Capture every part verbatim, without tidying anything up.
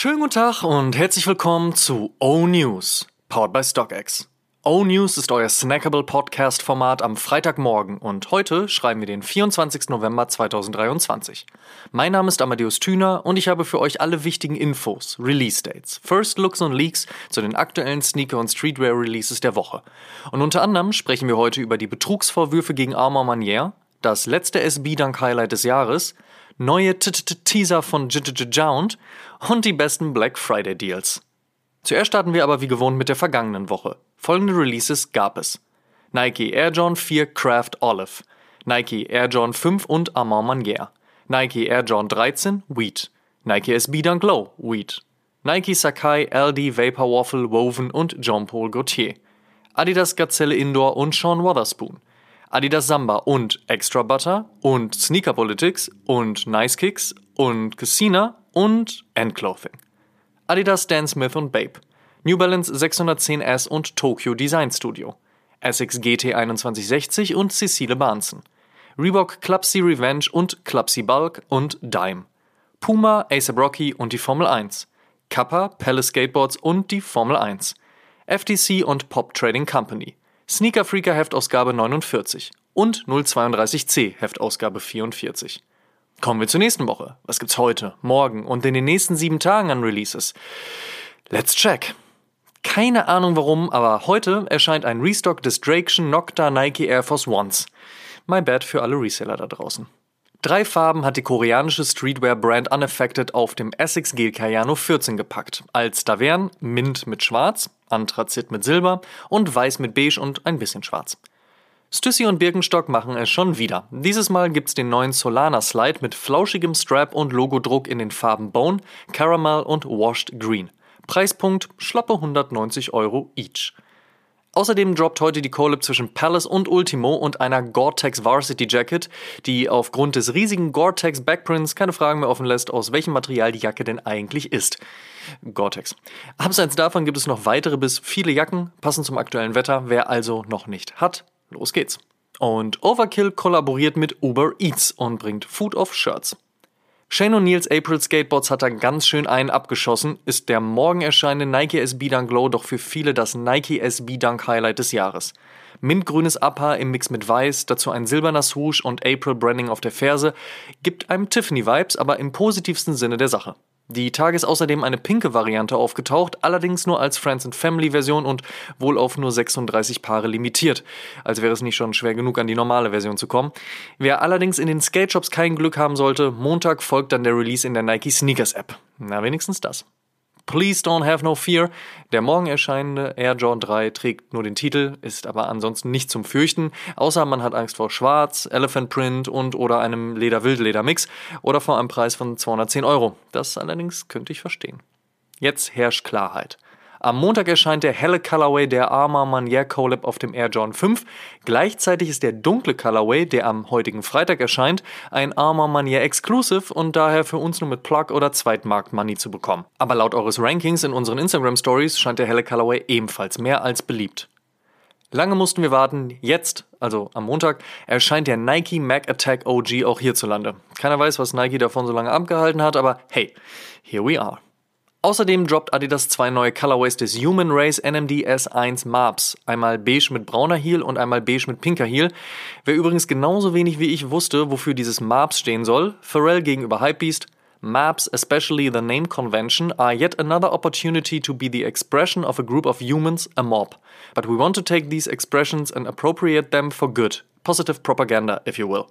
Schönen guten Tag und herzlich willkommen zu O-News, powered by StockX. O-News ist euer snackable Podcast-Format am Freitagmorgen und heute schreiben wir den vierundzwanzigsten November zweitausenddreiundzwanzig. Mein Name ist Amadeus Thüner und ich habe für euch alle wichtigen Infos, Release-Dates, First Looks und Leaks zu den aktuellen Sneaker- und Streetwear-Releases der Woche. Und unter anderem sprechen wir heute über die Betrugsvorwürfe gegen Armand Manière, das letzte S B-Dunk-Highlight des Jahres, neue Teaser von J-J-Jound und die besten Black Friday Deals. Zuerst starten wir aber wie gewohnt mit der vergangenen Woche. Folgende Releases gab es: Nike Air Jordan vier Craft Olive, Nike Air Jordan fünf und Armand Manière, Nike Air Jordan dreizehn Wheat, Nike S B Dunk Low Wheat, Nike Sacai L D Vapor Waffle Woven und Jean-Paul Gaultier, Adidas Gazelle Indoor und Sean Wotherspoon, Adidas Samba und Extra Butter und Sneaker Politics und Nice Kicks und Cassina und End Clothing, Adidas Stan Smith und Bape, New Balance sechshundertzehn S und Tokyo Design Studio, Essex G T einundzwanzig sechzig und Cecile Barnson, Reebok Clubsy Revenge und Clubsy Bulk und Dime, Puma A$AP Rocky und die Formel eins, Kappa Palace Skateboards und die Formel eins, F T C und Pop Trading Company, Sneaker Freaker Heftausgabe neunundvierzig und null zweiunddreißig C Heftausgabe vierundvierzig. Kommen wir zur nächsten Woche. Was gibt's heute, morgen und in den nächsten sieben Tagen an Releases? Let's check. Keine Ahnung warum, aber heute erscheint ein Restock des Drake'schen Nocta Nike Air Force Ones. My bad für alle Reseller da draußen. Drei Farben hat die koreanische Streetwear-Brand Unaffected auf dem Essex Gel Cayano vierzehn gepackt. Als da wären Mint mit Schwarz, Anthrazit mit Silber und Weiß mit Beige und ein bisschen Schwarz. Stussy und Birkenstock machen es schon wieder. Dieses Mal gibt's den neuen Solana Slide mit flauschigem Strap und Logodruck in den Farben Bone, Caramel und Washed Green. Preispunkt schlappe hundertneunzig Euro each. Außerdem droppt heute die Collab zwischen Palace und Ultimo und einer Gore-Tex Varsity Jacket, die aufgrund des riesigen Gore-Tex Backprints keine Fragen mehr offen lässt, aus welchem Material die Jacke denn eigentlich ist. Gore-Tex. Abseits davon gibt es noch weitere bis viele Jacken, passend zum aktuellen Wetter. Wer also noch nicht hat, los geht's. Und Overkill kollaboriert mit Uber Eats und bringt Food of Shirts. Shane O'Neills April Skateboards hat da ganz schön einen abgeschossen, ist der morgen erscheinende Nike S B Dunk Low doch für viele das Nike S B Dunk Highlight des Jahres. Mintgrünes Upper im Mix mit Weiß, dazu ein silberner Swoosh und April Branding auf der Ferse, gibt einem Tiffany-Vibes, aber im positivsten Sinne der Sache. Die Tage ist außerdem eine pinke Variante aufgetaucht, allerdings nur als Friends and Family Version und wohl auf nur sechsunddreißig Paare limitiert. Als wäre es nicht schon schwer genug, an die normale Version zu kommen. Wer allerdings in den Skate-Shops kein Glück haben sollte, Montag folgt dann der Release in der Nike Sneakers App. Na, wenigstens das. Please don't have no fear. Der morgen erscheinende Air Jordan drei trägt nur den Titel, ist aber ansonsten nicht zum Fürchten, außer man hat Angst vor Schwarz, Elephant Print und oder einem Leder-Wild-Leder-Mix oder vor einem Preis von zweihundertzehn Euro. Das allerdings könnte ich verstehen. Jetzt herrscht Klarheit. Am Montag erscheint der helle Colorway der Armand Manière Collab auf dem Air Jordan fünf. Gleichzeitig ist der dunkle Colorway, der am heutigen Freitag erscheint, ein Armand Manière Exclusive und daher für uns nur mit Plug oder Zweitmarkt-Money zu bekommen. Aber laut eures Rankings in unseren Instagram-Stories scheint der helle Colorway ebenfalls mehr als beliebt. Lange mussten wir warten, jetzt, also am Montag, erscheint der Nike Mac Attack O G auch hierzulande. Keiner weiß, was Nike davon so lange abgehalten hat, aber hey, here we are. Außerdem droppt Adidas zwei neue Colorways des Human Race N M D S eins Marbs. Einmal beige mit brauner Heel und einmal beige mit pinker Heel. Wer übrigens genauso wenig wie ich wusste, wofür dieses Marbs stehen soll, Pharrell gegenüber Hypebeast: Marbs, especially the name convention, are yet another opportunity to be the expression of a group of humans, a mob. But we want to take these expressions and appropriate them for good. Positive propaganda, if you will.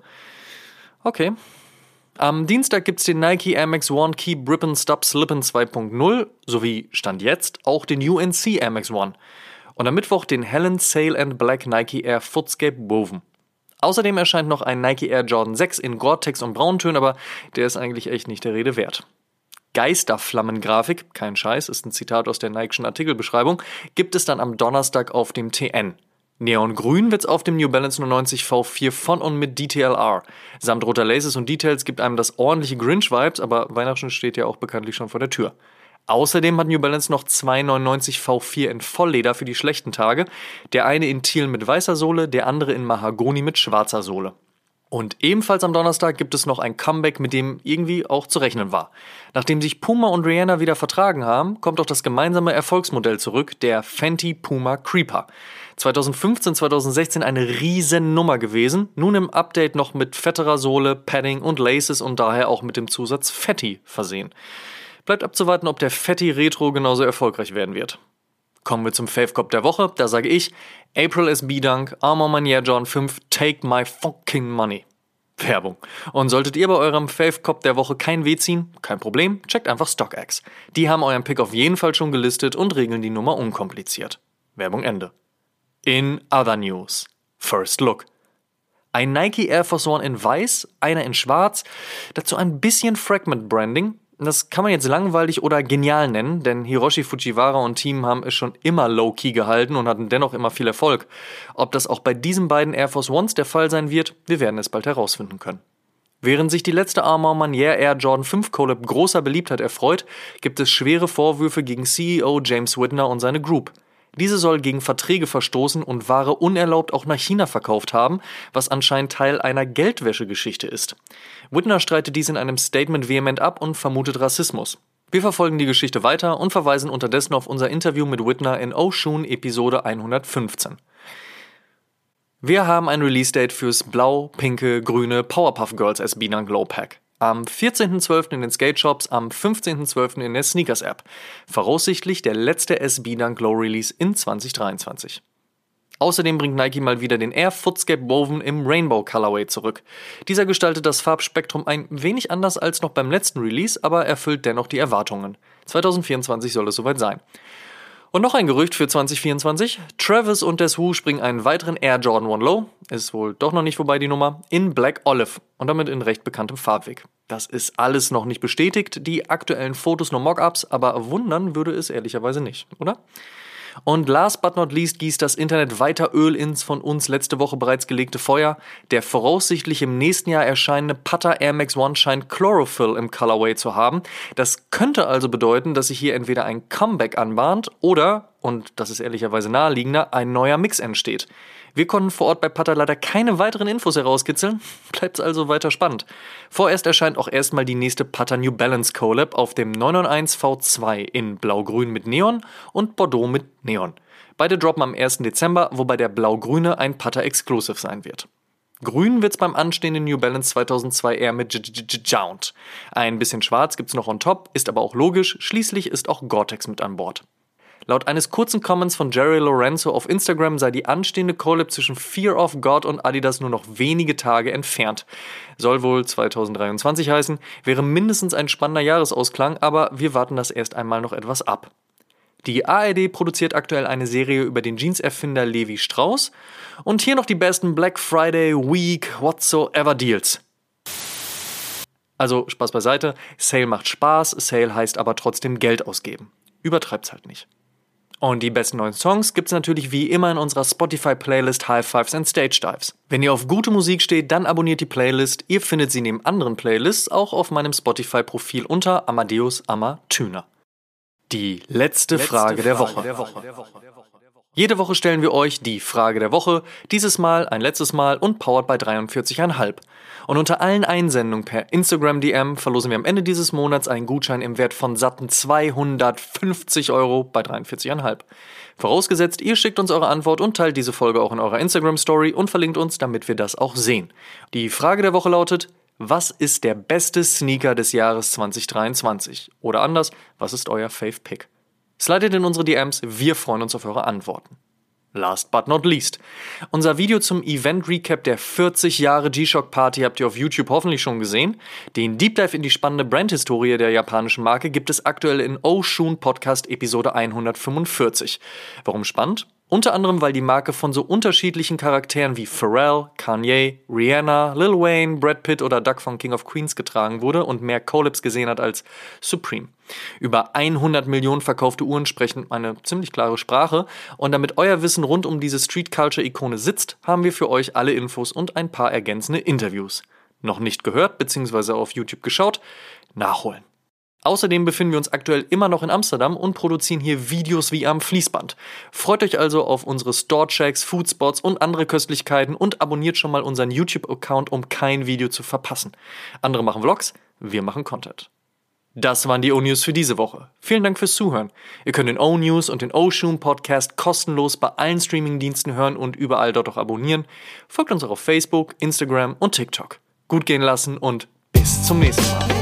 Okay. Am Dienstag gibt's den Nike Air Max One Keep Rippin' Stop Slippin' zwei Punkt null sowie, Stand jetzt, auch den U N C Air Max One. Und am Mittwoch den hellen Sail and Black Nike Air Footscape Woven. Außerdem erscheint noch ein Nike Air Jordan sechs in Gore-Tex und Brauntönen, aber der ist eigentlich echt nicht der Rede wert. Geisterflammengrafik, kein Scheiß, ist ein Zitat aus der Nike'schen Artikelbeschreibung, gibt es dann am Donnerstag auf dem T N. Neongrün wird's auf dem New Balance neunundneunzig V vier von und mit D T L R. Samt roter Laces und Details gibt einem das ordentliche Grinch-Vibes, aber Weihnachten steht ja auch bekanntlich schon vor der Tür. Außerdem hat New Balance noch zwei neunundneunzig V vier in Vollleder für die schlechten Tage. Der eine in Teal mit weißer Sohle, der andere in Mahagoni mit schwarzer Sohle. Und ebenfalls am Donnerstag gibt es noch ein Comeback, mit dem irgendwie auch zu rechnen war. Nachdem sich Puma und Rihanna wieder vertragen haben, kommt auch das gemeinsame Erfolgsmodell zurück, der Fenty Puma Creeper. zwanzig fünfzehn, zwanzig sechzehn eine riesen Nummer gewesen, nun im Update noch mit fetterer Sohle, Padding und Laces und daher auch mit dem Zusatz Fetty versehen. Bleibt abzuwarten, ob der Fetty Retro genauso erfolgreich werden wird. Kommen wir zum Fave-Cop der Woche, da sage ich April S B Dunk, Armand Manier John fünf, Take My Fucking Money. Werbung. Und solltet ihr bei eurem Fave-Cop der Woche kein Weh ziehen, kein Problem, checkt einfach StockX. Die haben euren Pick auf jeden Fall schon gelistet und regeln die Nummer unkompliziert. Werbung Ende. In other news. First Look. Ein Nike Air Force One in weiß, einer in schwarz, dazu ein bisschen Fragment Branding. Das kann man jetzt langweilig oder genial nennen, denn Hiroshi Fujiwara und Team haben es schon immer low-key gehalten und hatten dennoch immer viel Erfolg. Ob das auch bei diesen beiden Air Force Ones der Fall sein wird, wir werden es bald herausfinden können. Während sich die letzte Armand Manier Air Jordan fünf Collab großer Beliebtheit erfreut, gibt es schwere Vorwürfe gegen C E O James Whitner und seine Group. Diese soll gegen Verträge verstoßen und Ware unerlaubt auch nach China verkauft haben, was anscheinend Teil einer Geldwäschegeschichte ist. Whitner streitet dies in einem Statement vehement ab und vermutet Rassismus. Wir verfolgen die Geschichte weiter und verweisen unterdessen auf unser Interview mit Whitner in Oshun Episode hundertfünfzehn. Wir haben ein Release-Date fürs blau-pinke, grüne Powerpuff Girls S B Dunk Glow Pack. Am vierzehnten zwölften in den Skate-Shops, am fünfzehnten zwölften in der Sneakers-App. Voraussichtlich der letzte S B Dunk Glow Release in zwanzig dreiundzwanzig. Außerdem bringt Nike mal wieder den Air Footscape Woven im Rainbow Colorway zurück. Dieser gestaltet das Farbspektrum ein wenig anders als noch beim letzten Release, aber erfüllt dennoch die Erwartungen. zwanzig vierundzwanzig soll es soweit sein. Und noch ein Gerücht für zwanzig vierundzwanzig. Travis und Des Who springen einen weiteren Air Jordan One Low, ist wohl doch noch nicht vorbei die Nummer, in Black Olive und damit in recht bekanntem Farbweg. Das ist alles noch nicht bestätigt, die aktuellen Fotos nur Mockups, aber wundern würde es ehrlicherweise nicht, oder? Und last but not least gießt das Internet weiter Öl ins von uns letzte Woche bereits gelegte Feuer. Der voraussichtlich im nächsten Jahr erscheinende Pata Air Max One scheint Chlorophyll im Colorway zu haben. Das könnte also bedeuten, dass sich hier entweder ein Comeback anbahnt oder, und das ist ehrlicherweise naheliegender, ein neuer Mix entsteht. Wir konnten vor Ort bei Pata leider keine weiteren Infos herauskitzeln, bleibt's also weiter spannend. Vorerst erscheint auch erstmal die nächste Pata New Balance Collab auf dem neun neun eins V zwei in Blau-Grün mit Neon und Bordeaux mit Neon. Beide droppen am ersten Dezember, wobei der Blau-Grüne ein Pata Exclusive sein wird. Grün wird's beim anstehenden New Balance zweitausendzwei eher mit Jound. Ein bisschen schwarz gibt's noch on top, ist aber auch logisch, schließlich ist auch Gore-Tex mit an Bord. Laut eines kurzen Comments von Jerry Lorenzo auf Instagram sei die anstehende Collab zwischen Fear of God und Adidas nur noch wenige Tage entfernt. Soll wohl zwanzig dreiundzwanzig heißen, wäre mindestens ein spannender Jahresausklang, aber wir warten das erst einmal noch etwas ab. Die A R D produziert aktuell eine Serie über den Jeans-Erfinder Levi Strauss und hier noch die besten Black Friday Week Whatsoever Deals. Also Spaß beiseite, Sale macht Spaß, Sale heißt aber trotzdem Geld ausgeben. Übertreibt's halt nicht. Und die besten neuen Songs gibt's natürlich wie immer in unserer Spotify-Playlist High Fives and Stage Dives. Wenn ihr auf gute Musik steht, dann abonniert die Playlist. Ihr findet sie neben anderen Playlists auch auf meinem Spotify-Profil unter Amadeus Amatüner. Die letzte, letzte Frage, der, Frage Woche. der Woche. Jede Woche stellen wir euch die Frage der Woche, dieses Mal ein letztes Mal und powered bei dreiundvierzig Komma fünf. Und unter allen Einsendungen per Instagram D M verlosen wir am Ende dieses Monats einen Gutschein im Wert von satten zweihundertfünfzig Euro bei dreiundvierzig Komma fünf. Vorausgesetzt, ihr schickt uns eure Antwort und teilt diese Folge auch in eurer Instagram-Story und verlinkt uns, damit wir das auch sehen. Die Frage der Woche lautet: Was ist der beste Sneaker des Jahres zwanzig dreiundzwanzig? Oder anders, was ist euer Fave-Pick? Slidet in unsere D Ms, wir freuen uns auf eure Antworten. Last but not least. Unser Video zum Event-Recap der vierzig Jahre G-Shock-Party habt ihr auf YouTube hoffentlich schon gesehen. Den Deep Dive in die spannende Brandhistorie der japanischen Marke gibt es aktuell in Oshun Podcast Episode hundertfünfundvierzig. Warum spannend? Unter anderem, weil die Marke von so unterschiedlichen Charakteren wie Pharrell, Kanye, Rihanna, Lil Wayne, Brad Pitt oder Doug von King of Queens getragen wurde und mehr Collabs gesehen hat als Supreme. Über hundert Millionen verkaufte Uhren sprechen eine ziemlich klare Sprache und damit euer Wissen rund um diese Street-Culture-Ikone sitzt, haben wir für euch alle Infos und ein paar ergänzende Interviews. Noch nicht gehört bzw. auf YouTube geschaut? Nachholen. Außerdem befinden wir uns aktuell immer noch in Amsterdam und produzieren hier Videos wie am Fließband. Freut euch also auf unsere Store-Checks, Foodspots und andere Köstlichkeiten und abonniert schon mal unseren YouTube-Account, um kein Video zu verpassen. Andere machen Vlogs, wir machen Content. Das waren die O-News für diese Woche. Vielen Dank fürs Zuhören. Ihr könnt den O-News und den O-Shoom Podcast kostenlos bei allen Streamingdiensten hören und überall dort auch abonnieren. Folgt uns auch auf Facebook, Instagram und TikTok. Gut gehen lassen und bis zum nächsten Mal.